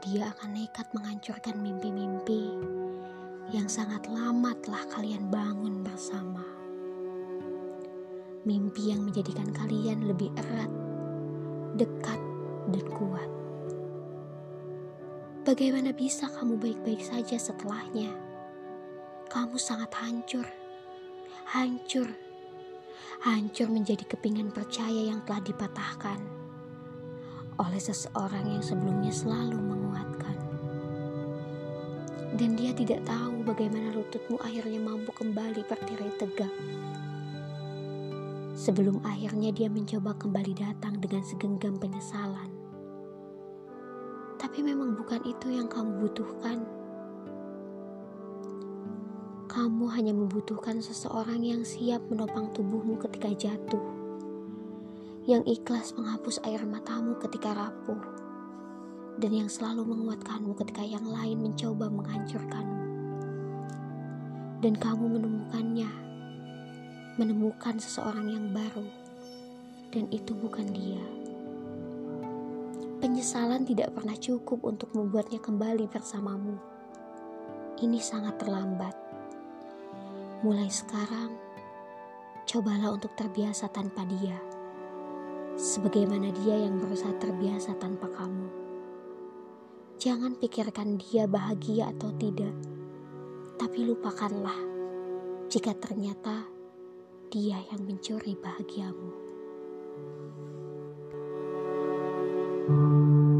dia akan nekat menghancurkan mimpi-mimpi yang sangat lama telah kalian bangun bersama. Mimpi yang menjadikan kalian lebih erat, dekat, dan kuat. Bagaimana bisa kamu baik-baik saja setelahnya? Kamu sangat hancur menjadi kepingan percaya yang telah dipatahkan oleh seseorang yang sebelumnya selalu menguatkan. Dan dia tidak tahu bagaimana lututmu akhirnya mampu kembali berdiri tegak. Sebelum akhirnya dia mencoba kembali datang dengan segenggam penyesalan. Tapi memang bukan itu yang kamu butuhkan. Kamu hanya membutuhkan seseorang yang siap menopang tubuhmu ketika jatuh, yang ikhlas menghapus air matamu ketika rapuh, dan yang selalu menguatkanmu ketika yang lain mencoba menghancurkanmu. Dan kamu menemukan seseorang yang baru, dan itu bukan dia. Penyesalan tidak pernah cukup untuk membuatnya kembali bersamamu. Ini sangat terlambat. Mulai sekarang, cobalah untuk terbiasa tanpa dia, sebagaimana dia yang berusaha terbiasa tanpa kamu. Jangan pikirkan dia bahagia atau tidak, tapi lupakanlah jika ternyata dia yang mencuri bahagiamu.